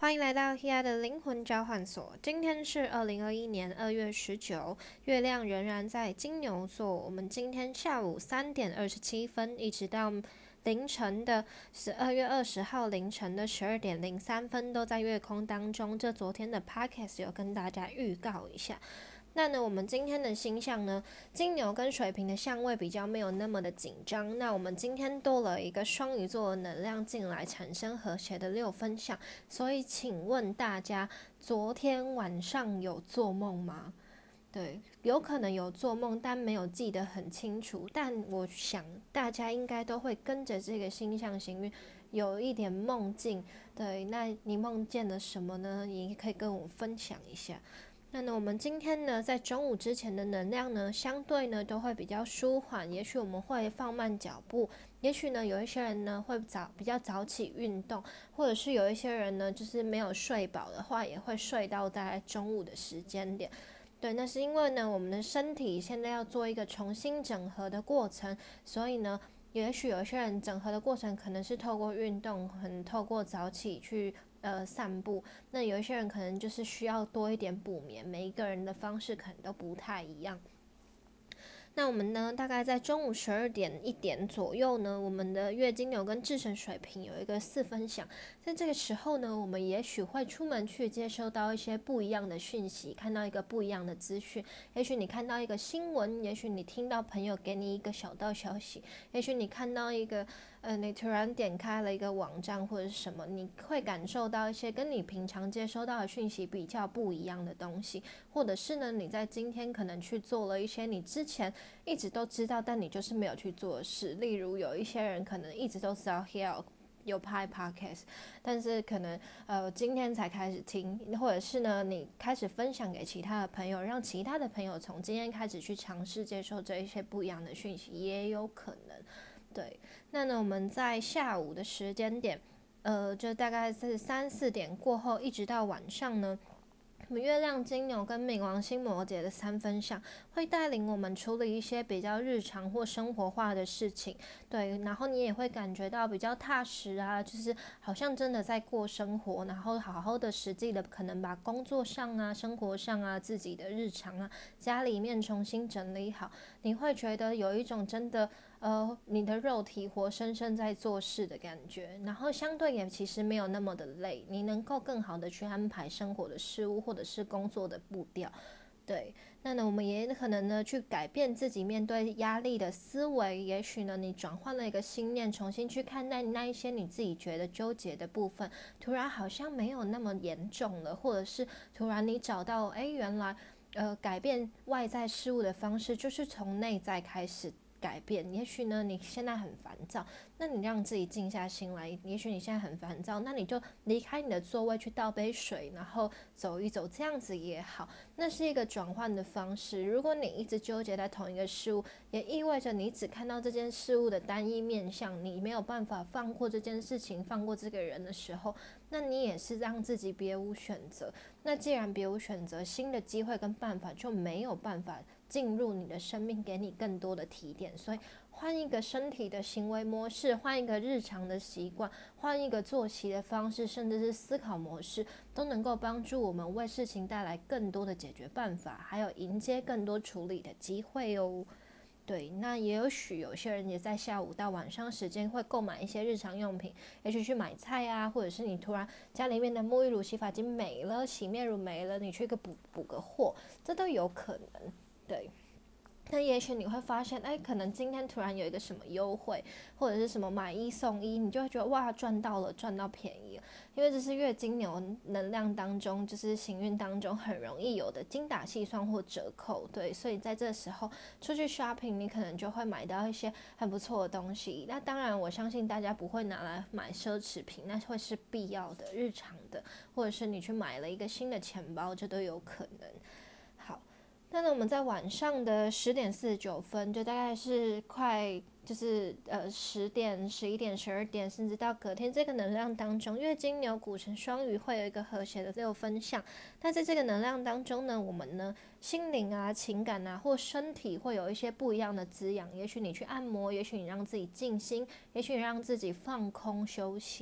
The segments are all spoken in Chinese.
欢迎来到 Hia 的灵魂交换所。今天是2021年2月19，月亮仍然在金牛座。我们今天下午3点27分，一直到凌晨的12月20号凌晨的12点03分，都在月空当中。这昨天的 podcast 有跟大家预告一下。那呢，我们今天的星象呢，金牛跟水瓶的相位比较没有那么的紧张。那我们今天多了一个双鱼座的能量进来，产生和谐的6分相。所以，请问大家，昨天晚上有做梦吗？对，有可能有做梦，但没有记得很清楚。但我想大家应该都会跟着这个星象行运有一点梦境。对，那你梦见了什么呢？你可以跟我分享一下。那呢，我们今天呢，在中午之前的能量呢，相对呢都会比较舒缓。也许我们会放慢脚步，也许呢有一些人呢会比较早起运动，或者是有一些人呢就是没有睡饱的话，也会睡到大概中午的时间点。对，那是因为呢，我们的身体现在要做一个重新整合的过程，所以呢，也许有些人整合的过程可能是透过运动，可能透过早起去散步。那有一些人可能就是需要多一点补眠，每一个人的方式可能都不太一样。那我们呢，大概在中午12点1点左右呢，我们的月金牛跟智神水瓶有一个4分享。在这个时候呢，我们也许会出门去接收到一些不一样的讯息，看到一个不一样的资讯。也许你看到一个新闻，也许你听到朋友给你一个小道消息，也许你看到一个你突然点开了一个网站或者是什么，你会感受到一些跟你平常接收到的讯息比较不一样的东西，或者是呢，你在今天可能去做了一些你之前一直都知道，但你就是没有去做的事。例如有一些人可能一直都知道 Here 有拍 podcast， 但是可能今天才开始听，或者是呢你开始分享给其他的朋友，让其他的朋友从今天开始去尝试接受这一些不一样的讯息，也有可能。对，那呢我们在下午的时间点，就大概是3、4点过后，一直到晚上呢。我们月亮金牛跟冥王星摩羯的3分相会带领我们处理一些比较日常或生活化的事情，对，然后你也会感觉到比较踏实啊，就是好像真的在过生活，然后好好的实际的可能把工作上啊、生活上啊、自己的日常啊、家里面重新整理好，你会觉得有一种真的你的肉体活生生在做事的感觉，然后相对也其实没有那么的累，你能够更好的去安排生活的事物或者是工作的步调。对，那呢，我们也可能呢去改变自己面对压力的思维，也许呢你转换了一个心念，重新去看待那一些你自己觉得纠结的部分，突然好像没有那么严重了，或者是突然你找到，原来改变外在事物的方式就是从内在开始改变。也许呢你现在很烦躁，那你让自己静下心来，也许你现在很烦躁，那你就离开你的座位去倒杯水，然后走一走，这样子也好，那是一个转换的方式。如果你一直纠结在同一个事物，也意味着你只看到这件事物的单一面向，你没有办法放过这件事情，放过这个人的时候，那你也是让自己别无选择。那既然别无选择，新的机会跟办法就没有办法进入你的生命，给你更多的提点。所以换一个身体的行为模式，换一个日常的习惯，换一个作息的方式，甚至是思考模式，都能够帮助我们为事情带来更多的解决办法，还有迎接更多处理的机会哦。对，那也许有些人也在下午到晚上时间会购买一些日常用品，也许去买菜啊，或者是你突然家里面的沐浴乳、洗发精没了，洗面乳没了，你去补个货，这都有可能。对。那也许你会发现，可能今天突然有一个什么优惠，或者是什么买一送一，你就会觉得哇，赚到了，赚到便宜了。因为这是月金牛能量当中，就是行运当中很容易有的精打细算或折扣，对，所以在这时候出去 shopping， 你可能就会买到一些很不错的东西。那当然，我相信大家不会拿来买奢侈品，那会是必要的、日常的，或者是你去买了一个新的钱包，这都有可能。好。那呢，我们在晚上的10点49分，就大概是快就是10点、11点、12点，甚至到隔天这个能量当中，因为金牛、古城、双鱼会有一个和谐的6分相。那在这个能量当中呢，我们呢心灵啊、情感啊或身体会有一些不一样的滋养。也许你去按摩，也许你让自己静心，也许你让自己放空休息。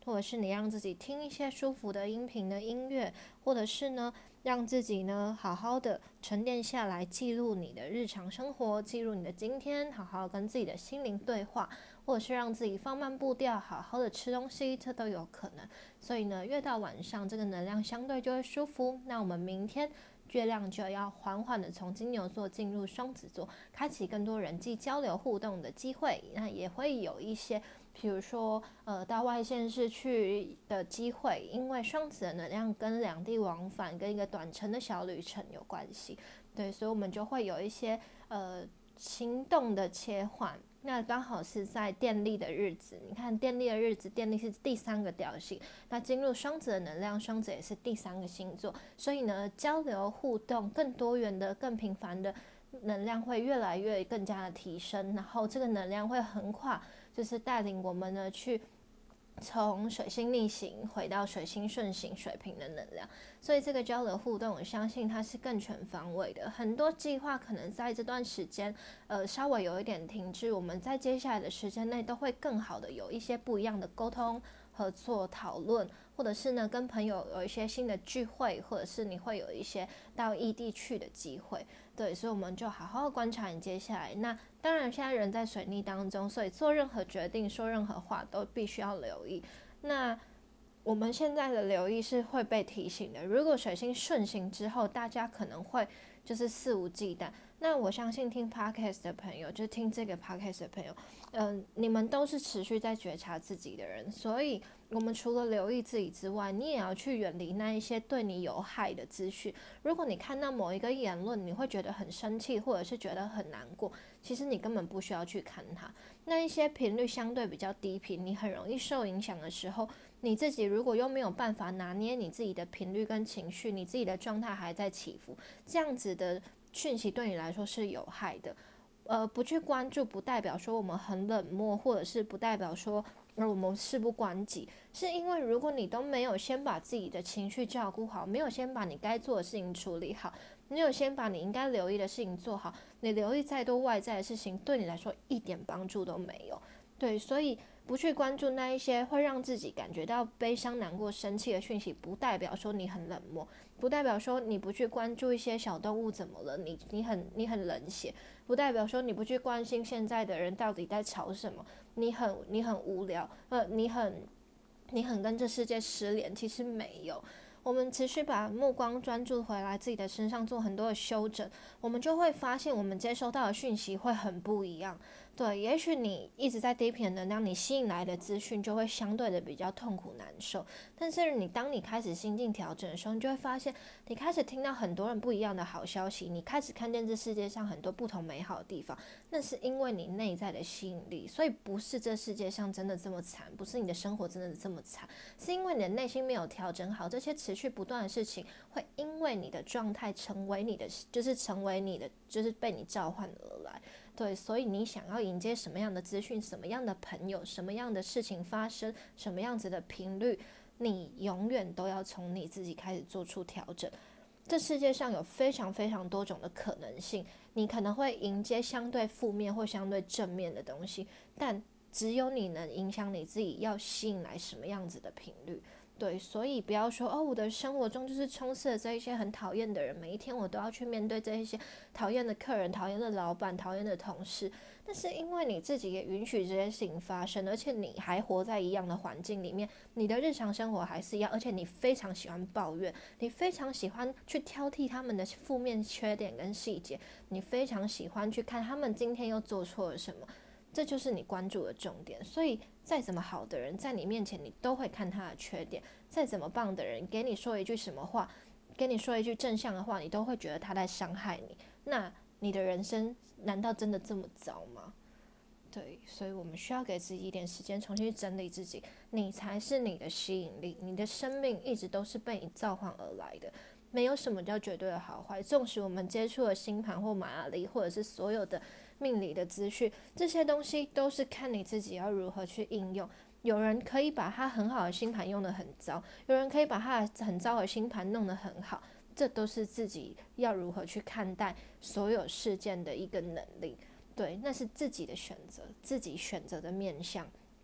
或者是你让自己听一些舒服的音频的音乐，或者是呢让自己呢好好的沉淀下来，记录你的日常生活，记录你的今天，好好跟自己的心灵对话，或者是让自己放慢步调，好好的吃东西，这都有可能。所以呢，越到晚上，这个能量相对就会舒服。那我们明天月亮就要缓缓的从金牛座进入双子座，开启更多人际交流互动的机会。那也会有一些，比如说到外县市去的机会，因为双子的能量跟两地往返，跟一个短程的小旅程有关系。对，所以我们就会有一些行动的切换。那刚好是在电力的日子，你看电力的日子，电力是第3个调性，那进入双子的能量，双子也是第3个星座，所以呢，交流互动更多元的、更频繁的能量会越来越更加的提升，然后这个能量会横跨，就是带领我们呢去从水星逆行回到水星顺行水平的能量，所以这个交流互动，我相信它是更全方位的。很多计划可能在这段时间，稍微有一点停滞，我们在接下来的时间内都会更好的有一些不一样的沟通、合作、讨论，或者是呢跟朋友有一些新的聚会，或者是你会有一些到异地去的机会。对，所以我们就好好观察你接下来。那当然，现在人在水逆当中，所以做任何决定、说任何话都必须要留意。那我们现在的留意是会被提醒的。如果水星顺行之后，大家可能会就是肆无忌惮。那我相信听 podcast 的朋友，就是听这个 podcast 的朋友，你们都是持续在觉察自己的人，所以我们除了留意自己之外，你也要去远离那一些对你有害的资讯。如果你看到某一个言论，你会觉得很生气，或者是觉得很难过，其实你根本不需要去看它。那一些频率相对比较低频，你很容易受影响的时候，你自己如果又没有办法拿捏你自己的频率跟情绪，你自己的状态还在起伏，这样子的讯息对你来说是有害的。不去关注，不代表说我们很冷漠，或者是不代表说我们事不关己，是因为如果你都没有先把自己的情绪照顾好，没有先把你该做的事情处理好，没有先把你应该留意的事情做好，你留意再多外在的事情，对你来说一点帮助都没有。对，所以不去关注那一些会让自己感觉到悲伤、难过、生气的讯息，不代表说你很冷漠，不代表说你不去关注一些小动物怎么了，你很冷血，不代表说你不去关心现在的人到底在吵什么，你很无聊，你很跟这世界失联，其实没有。我们持续把目光专注回来自己的身上，做很多的修整，我们就会发现我们接收到的讯息会很不一样。对，也许你一直在低频的能量，你吸引来的资讯就会相对的比较痛苦难受。但是当你开始心境调整的时候，你就会发现，你开始听到很多人不一样的好消息，你开始看见这世界上很多不同美好的地方。那是因为你内在的吸引力，所以不是这世界上真的这么惨，不是你的生活真的这么惨，是因为你的内心没有调整好。这些持续不断的事情，会因为你的状态成为你的，就是被你召唤而来。对，所以你想要迎接什么样的资讯，什么样的朋友，什么样的事情发生，什么样子的频率，你永远都要从你自己开始做出调整。这世界上有非常非常多种的可能性，你可能会迎接相对负面或相对正面的东西，但只有你能影响你自己要吸引来什么样子的频率。对，所以不要说我的生活中就是充斥了这一些很讨厌的人，每一天我都要去面对这一些讨厌的客人、讨厌的老板、讨厌的同事。但是因为你自己也允许这些事情发生，而且你还活在一样的环境里面，你的日常生活还是一样，而且你非常喜欢抱怨，你非常喜欢去挑剔他们的负面缺点跟细节，你非常喜欢去看他们今天又做错了什么。这就是你关注的重点，所以再怎么好的人在你面前，你都会看他的缺点；再怎么棒的人，给你说一句什么话，给你说一句正向的话，你都会觉得他在伤害你。那你的人生难道真的这么糟吗？对，所以我们需要给自己一点时间，重新整理自己。你才是你的吸引力，你的生命一直都是被你召唤而来的。没有什么叫绝对的好坏，纵使我们接触了星盘或玛雅历，或者是所有的命理的资讯，这些东西都是看你自己要如何去应用。有人可以把他很好的星盘用得很糟，有人可以把他很糟的星盘弄得很好，这都是自己要如何去看待所有事件的一个能力。对，那是自己的选择，自己选择的面向。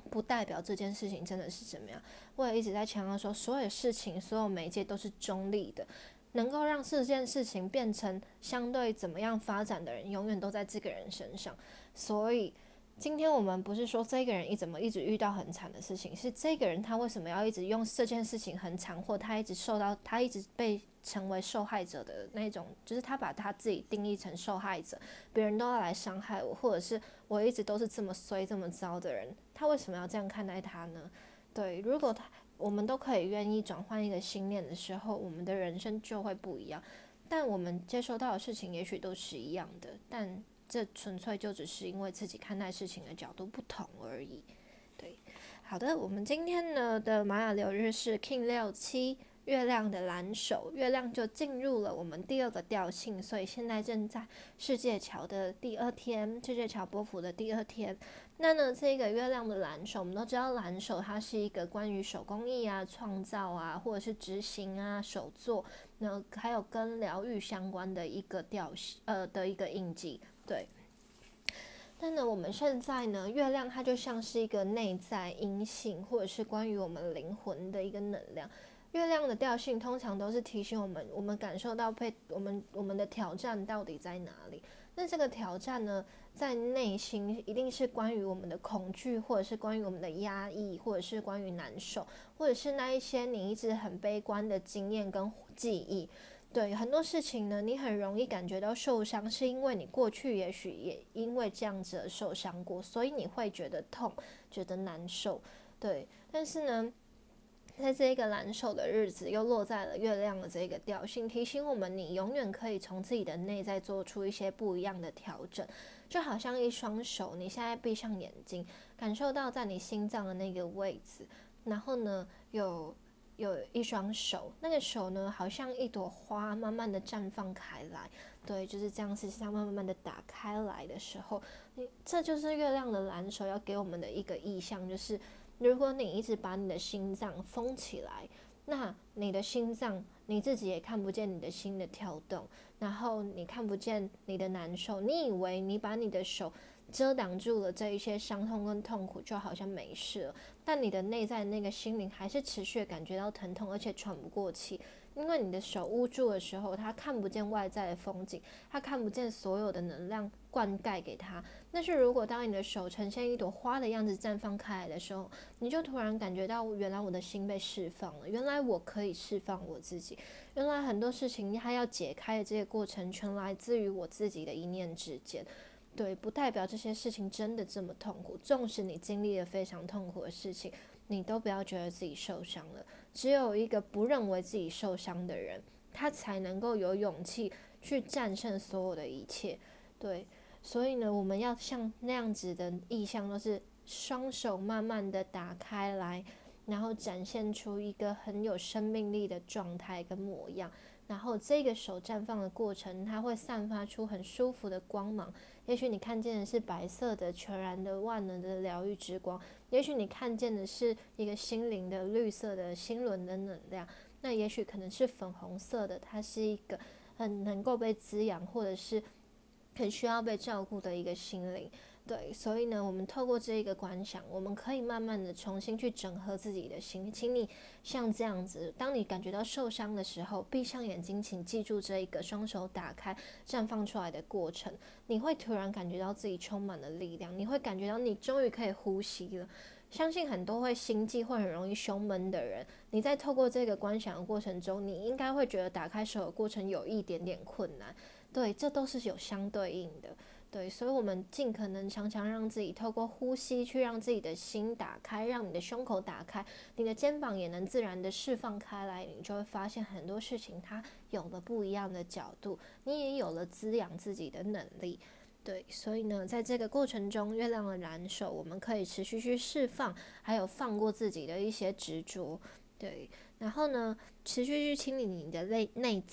不代表这件事情真的是怎么样。我也一直在强调说，所有事情、所有媒介都是中立的，能够让这件事情变成相对怎么样发展的人，永远都在这个人身上。所以今天我们不是说这个人怎么一直遇到很惨的事情，是这个人他为什么要一直用这件事情很惨，或他一直被成为受害者的那种，就是他把他自己定义成受害者，别人都要来伤害我，或者是我一直都是这么衰这么糟的人，他为什么要这样看待他呢？对，如果我们都可以愿意转换一个心念的时候，我们的人生就会不一样。但我们接收到的事情也许都是一样的，但这纯粹就只是因为自己看待事情的角度不同而已。对，好的，我们今天呢的玛雅流日是 King 67月亮的蓝手，月亮就进入了我们第2个调性，所以现在正在世界桥的第2天，世界桥波符的第2天。那呢，这个月亮的蓝手，我们都知道蓝手它是一个关于手工艺啊、创造啊，或者是执行啊、手作，那还有跟疗愈相关的一个的一个印记。对，但呢，我们现在呢，月亮它就像是一个内在阴性，或者是关于我们灵魂的一个能量。月亮的调性通常都是提醒我们感受到我们的挑战到底在哪里。那这个挑战呢，在内心一定是关于我们的恐惧，或者是关于我们的压抑，或者是关于难受，或者是那一些你一直很悲观的经验跟记忆。对，很多事情呢，你很容易感觉到受伤，是因为你过去也许也因为这样子而受伤过，所以你会觉得痛，觉得难受。对，但是呢，在这个蓝手的日子，又落在了月亮的这个调性，提醒我们，你永远可以从自己的内在做出一些不一样的调整。就好像一双手，你现在闭上眼睛，感受到在你心脏的那个位置，然后呢，有一双手，那个手呢，好像一朵花，慢慢的绽放开来。对，就是这样，是这样慢慢的打开来的时候，这就是月亮的蓝手要给我们的一个意象，就是如果你一直把你的心脏封起来，那你的心脏你自己也看不见你的心的跳动，然后你看不见你的难受，你以为你把你的手遮挡住了这一些伤痛跟痛苦，就好像没事了，但你的内在那个心灵还是持续感觉到疼痛，而且喘不过气，因为你的手捂住的时候，他看不见外在的风景，他看不见所有的能量灌溉给他。但是如果当你的手呈现一朵花的样子绽放开来的时候，你就突然感觉到，原来我的心被释放了，原来我可以释放我自己，原来很多事情它要解开的这个过程，全来自于我自己的一念之间。对，不代表这些事情真的这么痛苦，纵使你经历了非常痛苦的事情，你都不要觉得自己受伤了。只有一个不认为自己受伤的人，他才能够有勇气去战胜所有的一切。对，所以呢，我们要像那样子的意象，都是双手慢慢的打开来，然后展现出一个很有生命力的状态跟模样。然后这个手绽放的过程，它会散发出很舒服的光芒。也许你看见的是白色的、全然的、万能的疗愈之光；也许你看见的是一个心灵的绿色的心轮的能量。那也许可能是粉红色的，它是一个很能够被滋养，或者是很需要被照顾的一个心灵。对，所以呢，我们透过这个观想，我们可以慢慢的重新去整合自己的心。请你像这样子，当你感觉到受伤的时候，闭上眼睛，请记住这一个双手打开绽放出来的过程，你会突然感觉到自己充满了力量，你会感觉到你终于可以呼吸了。相信很多会心悸或很容易胸闷的人，你在透过这个观想的过程中，你应该会觉得打开手的过程有一点点困难。对，这都是有相对应的。对，所以我们尽可能常常让自己透过呼吸去让自己的心打开，让你的胸口打开，你的肩膀也能自然的释放开来，你就会发现很多事情它有了不一样的角度，你也有了滋养自己的能力。对，所以呢，在这个过程中，月亮的蓝手，我们可以持续去释放，还有放过自己的一些执着。对，然后呢，持续去清理你的内在。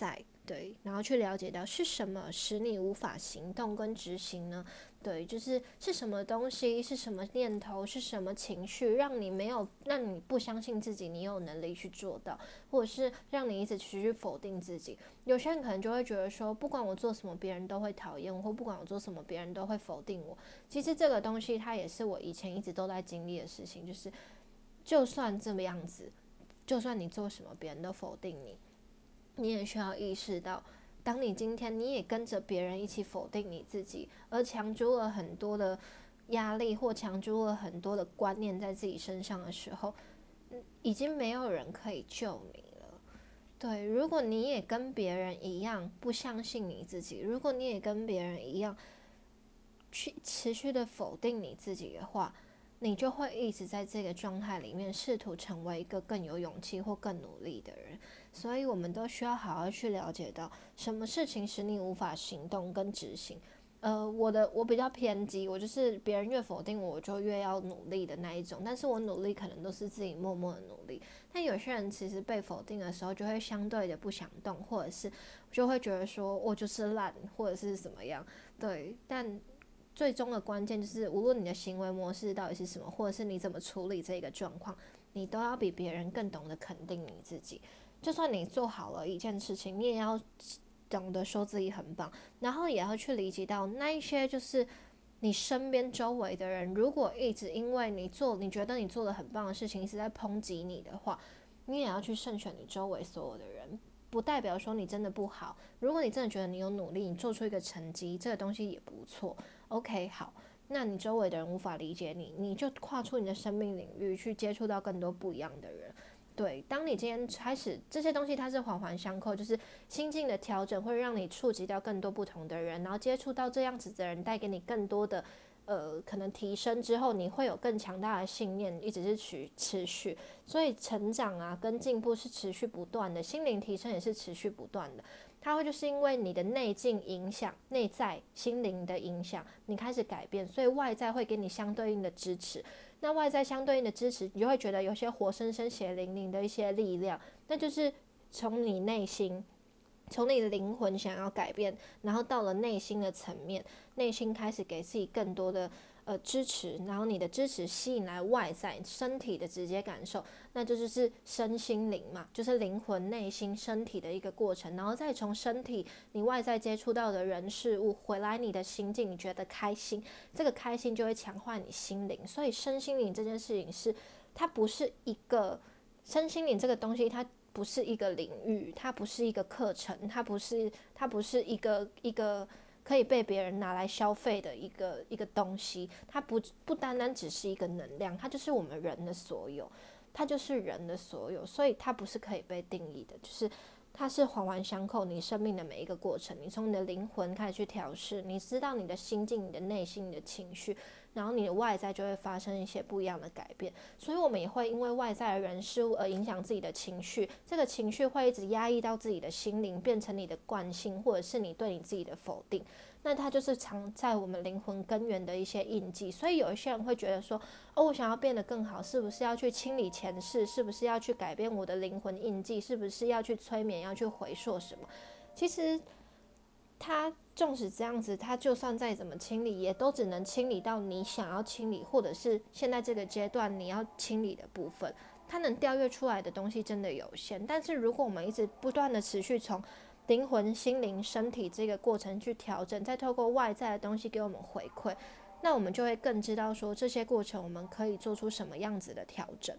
对，然后去了解到是什么使你无法行动跟执行呢？对，是什么东西，是什么念头，是什么情绪，让你不相信自己，你有能力去做到，或者是让你一直持续否定自己。有些人可能就会觉得说，不管我做什么，别人都会讨厌我，或不管我做什么，别人都会否定我。其实这个东西，它也是我以前一直都在经历的事情，就是就算这么样子，就算你做什么，别人都否定你。你也需要意识到，当你今天你也跟着别人一起否定你自己，而强租了很多的压力或强租了很多的观念在自己身上的时候，已经没有人可以救你了。对，如果你也跟别人一样不相信你自己，如果你也跟别人一样去持续的否定你自己的话，你就会一直在这个状态里面试图成为一个更有勇气或更努力的人。所以我们都需要好好去了解到什么事情使你无法行动跟执行。我比较偏激，我就是别人越否定我就越要努力的那一种，但是我努力可能都是自己默默的努力。但有些人其实被否定的时候就会相对的不想动，或者是就会觉得说我就是烂或者是怎么样。对，但最终的关键就是无论你的行为模式到底是什么，或者是你怎么处理这个状况，你都要比别人更懂得肯定你自己。就算你做好了一件事情，你也要懂得说自己很棒，然后也要去理解到那一些就是你身边周围的人，如果一直因为你觉得你做的很棒的事情一直在抨击你的话，你也要去慎选你周围所有的人。不代表说你真的不好，如果你真的觉得你有努力，你做出一个成绩，这个东西也不错。OK， 好，那你周围的人无法理解你，你就跨出你的生命领域，去接触到更多不一样的人。对，当你今天开始这些东西，它是环环相扣，就是心境的调整会让你触及到更多不同的人，然后接触到这样子的人，带给你更多的可能提升之后，你会有更强大的信念，一直是持续。所以成长啊跟进步是持续不断的，心灵提升也是持续不断的。它会就是因为你的内境影响，内在心灵的影响，你开始改变，所以外在会给你相对应的支持。那外在相对应的支持，你就会觉得有些活生生血淋淋的一些力量，那就是从你内心，从你的灵魂想要改变，然后到了内心的层面，内心开始给自己更多的支持，然后你的支持吸引来外在身体的直接感受，那这就是身心灵嘛，就是灵魂、内心、身体的一个过程，然后再从身体你外在接触到的人事物回来，你的心境你觉得开心，这个开心就会强化你心灵。所以身心灵这件事情是，它不是一个身心灵这个东西，它不是一个领域，它不是一个课程，它不是一个可以被别人拿来消费的一个东西，它不单单只是一个能量，它就是我们人的所有，它就是人的所有，所以它不是可以被定义的，就是它是环环相扣，你生命的每一个过程，你从你的灵魂开始去调试，你知道你的心境、你的内心、你的情绪，然后你的外在就会发生一些不一样的改变。所以我们也会因为外在的人事物而影响自己的情绪，这个情绪会一直压抑到自己的心灵，变成你的惯性，或者是你对你自己的否定。那它就是藏在我们灵魂根源的一些印记。所以有一些人会觉得说，我想要变得更好，是不是要去清理前世？是不是要去改变我的灵魂印记？是不是要去催眠？要去回溯什么？其实它纵使这样子，它就算再怎么清理，也都只能清理到你想要清理，或者是现在这个阶段你要清理的部分。它能调阅出来的东西真的有限。但是如果我们一直不断的持续从灵魂、心灵、身体这个过程去调整，再透过外在的东西给我们回馈，那我们就会更知道说这些过程我们可以做出什么样子的调整。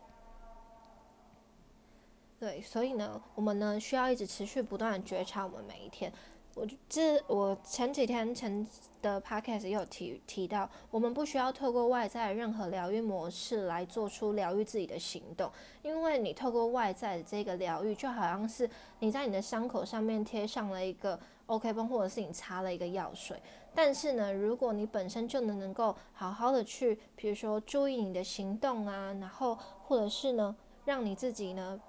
对，所以呢，我们呢需要一直持续不断的觉察我们每一天。我前几天的 podcast 也有提到，我们不需要透过外在的任何疗愈模式来做出疗愈自己的行动，因为你透过外在的这个疗愈，就好像是你在你的伤口上面贴上了一个 OK 绷，或者是你擦了一个药水。但是呢，如果你本身就能够好好的去，比如说注意你的行动啊，然后或者是呢，让你自己呢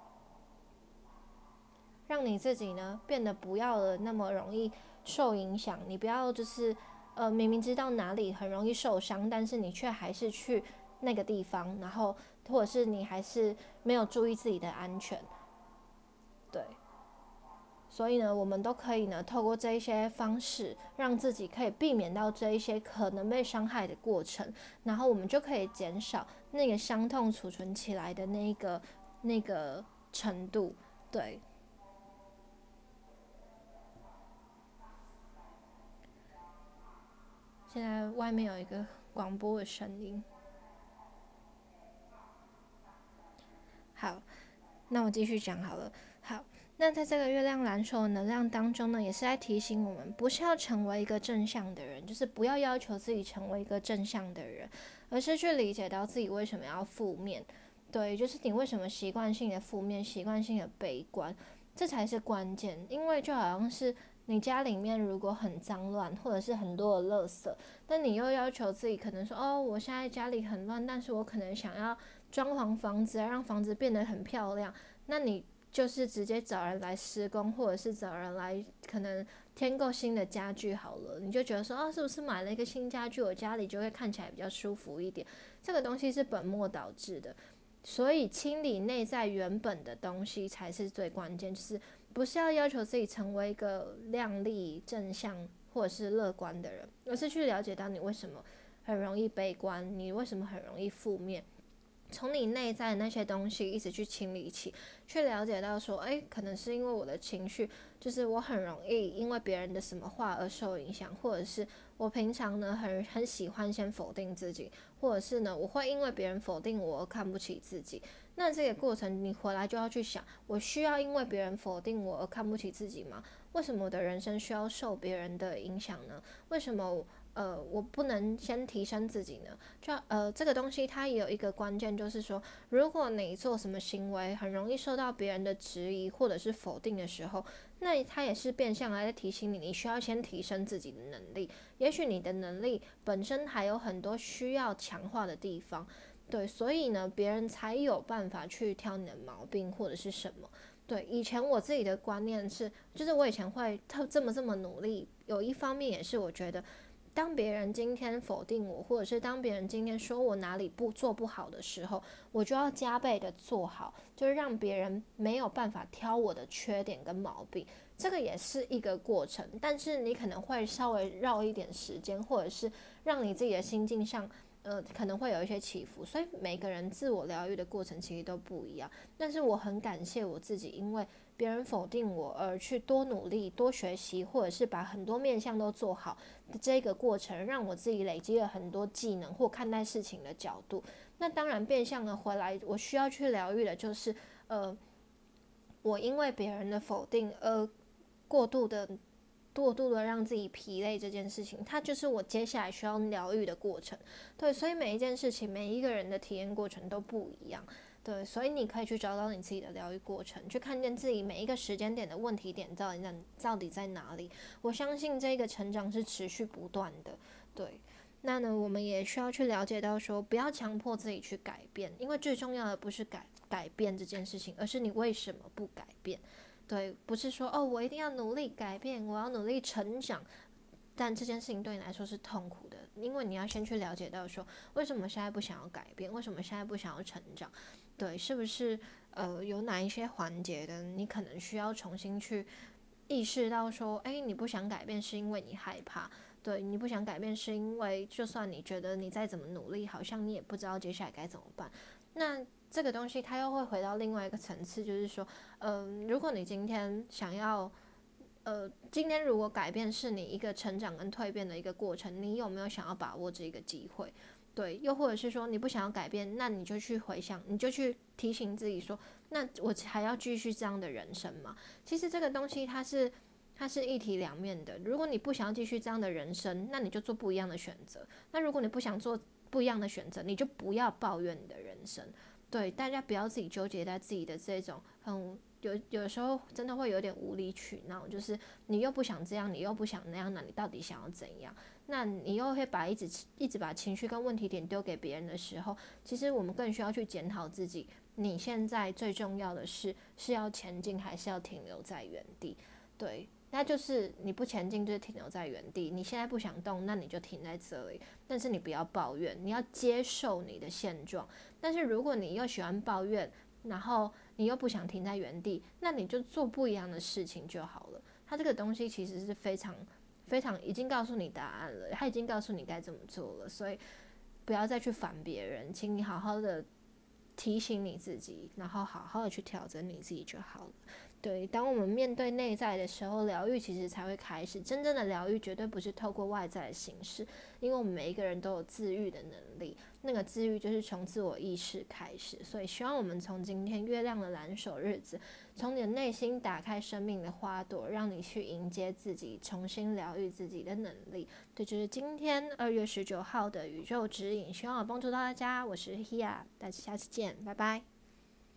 变得不要的那么容易受影响。你不要就是明明知道哪里很容易受伤，但是你却还是去那个地方，然后或者是你还是没有注意自己的安全。对， 所以呢，我们都可以呢，透过这一些方式，让自己可以避免到这一些可能被伤害的过程，然后我们就可以减少那个伤痛储存起来的那个程度。对，现在外面有一个广播的声音。好，那我继续讲好了。好，那在这个月亮蓝手的能量当中呢，也是在提醒我们，不是要成为一个正向的人，就是不要要求自己成为一个正向的人，而是去理解到自己为什么要负面。对，就是你为什么习惯性的负面，习惯性的悲观，这才是关键。因为就好像是你家里面如果很脏乱，或者是很多的垃圾，但你又要求自己可能说，哦，我现在家里很乱，但是我可能想要装潢房子，让房子变得很漂亮，那你就是直接找人来施工，或者是找人来可能添购新的家具好了，你就觉得说，哦，是不是买了一个新家具，我家里就会看起来比较舒服一点？这个东西是本末倒置的。所以清理内在原本的东西才是最关键，就是不是要求自己成为一个亮丽、正向或者是乐观的人，而是去了解到你为什么很容易悲观，你为什么很容易负面，从你内在的那些东西一直去清理起，去了解到说，可能是因为我的情绪，就是我很容易因为别人的什么话而受影响，或者是我平常呢很喜欢先否定自己，或者是呢我会因为别人否定我而看不起自己。那这个过程你回来就要去想，我需要因为别人否定我而看不起自己吗？为什么我的人生需要受别人的影响呢？为什么我不能先提升自己呢？这个东西它也有一个关键，就是说，如果你做什么行为很容易受到别人的质疑或者是否定的时候，那它也是变相来在提醒你，你需要先提升自己的能力。也许你的能力本身还有很多需要强化的地方，对，所以呢，别人才有办法去挑你的毛病或者是什么。对，以前我自己的观念是，就是我以前会这么努力，有一方面也是我觉得，当别人今天否定我，或者是当别人今天说我哪里做不好的时候，我就要加倍的做好，就是让别人没有办法挑我的缺点跟毛病。这个也是一个过程，但是你可能会稍微绕一点时间，或者是让你自己的心境上可能会有一些起伏，所以每个人自我疗愈的过程其实都不一样。但是我很感谢我自己，因为别人否定我而去多努力、多学习，或者是把很多面向都做好的这个过程，让我自己累积了很多技能或看待事情的角度。那当然变相的回来，我需要去疗愈的就是我因为别人的否定而过度的让自己疲累这件事情，它就是我接下来需要疗愈的过程。对，所以每一件事情，每一个人的体验过程都不一样。对，所以你可以去找到你自己的疗愈过程，去看见自己每一个时间点的问题点到底在哪里。我相信这个成长是持续不断的。对，那呢，我们也需要去了解到说，不要强迫自己去改变，因为最重要的不是改变这件事情，而是你为什么不改变。对，不是说哦，我一定要努力改变，我要努力成长，但这件事情对你来说是痛苦的，因为你要先去了解到说，为什么现在不想要改变，为什么现在不想要成长，对，是不是有哪一些环节的，你可能需要重新去意识到说，你不想改变是因为你害怕，对，你不想改变是因为就算你觉得你再怎么努力，好像你也不知道接下来该怎么办，那这个东西它又会回到另外一个层次，就是说，如果你今天想要，今天如果改变是你一个成长跟蜕变的一个过程，你有没有想要把握这个机会？对，又或者是说你不想要改变，那你就去回想，你就去提醒自己说，那我还要继续这样的人生吗？其实这个东西它是一体两面的。如果你不想要继续这样的人生，那你就做不一样的选择。那如果你不想做不一样的选择，你就不要抱怨你的人生。对，大家不要自己纠结在自己的这种有时候真的会有点无理取闹，就是你又不想这样，你又不想那样，那你到底想要怎样？那你又会一直把情绪跟问题点丢给别人的时候，其实我们更需要去检讨自己，你现在最重要的是要前进还是要停留在原地？对，那就是你不前进就是停留在原地，你现在不想动，那你就停在这里。但是你不要抱怨，你要接受你的现状。但是如果你又喜欢抱怨，然后你又不想停在原地，那你就做不一样的事情就好了。它这个东西其实是非常非常已经告诉你答案了，它已经告诉你该怎么做了，所以不要再去烦别人，请你好好的提醒你自己，然后好好的去调整你自己就好了。对，当我们面对内在的时候，疗愈其实才会开始。真正的疗愈绝对不是透过外在的形式，因为我们每一个人都有自愈的能力，那个自愈就是从自我意识开始。所以希望我们从今天月亮的蓝手日子，从你的内心打开生命的花朵，让你去迎接自己，重新疗愈自己的能力。这就是今天2月19号的宇宙指引，希望有帮助到大家。我是 Hia，大家下次见，拜拜。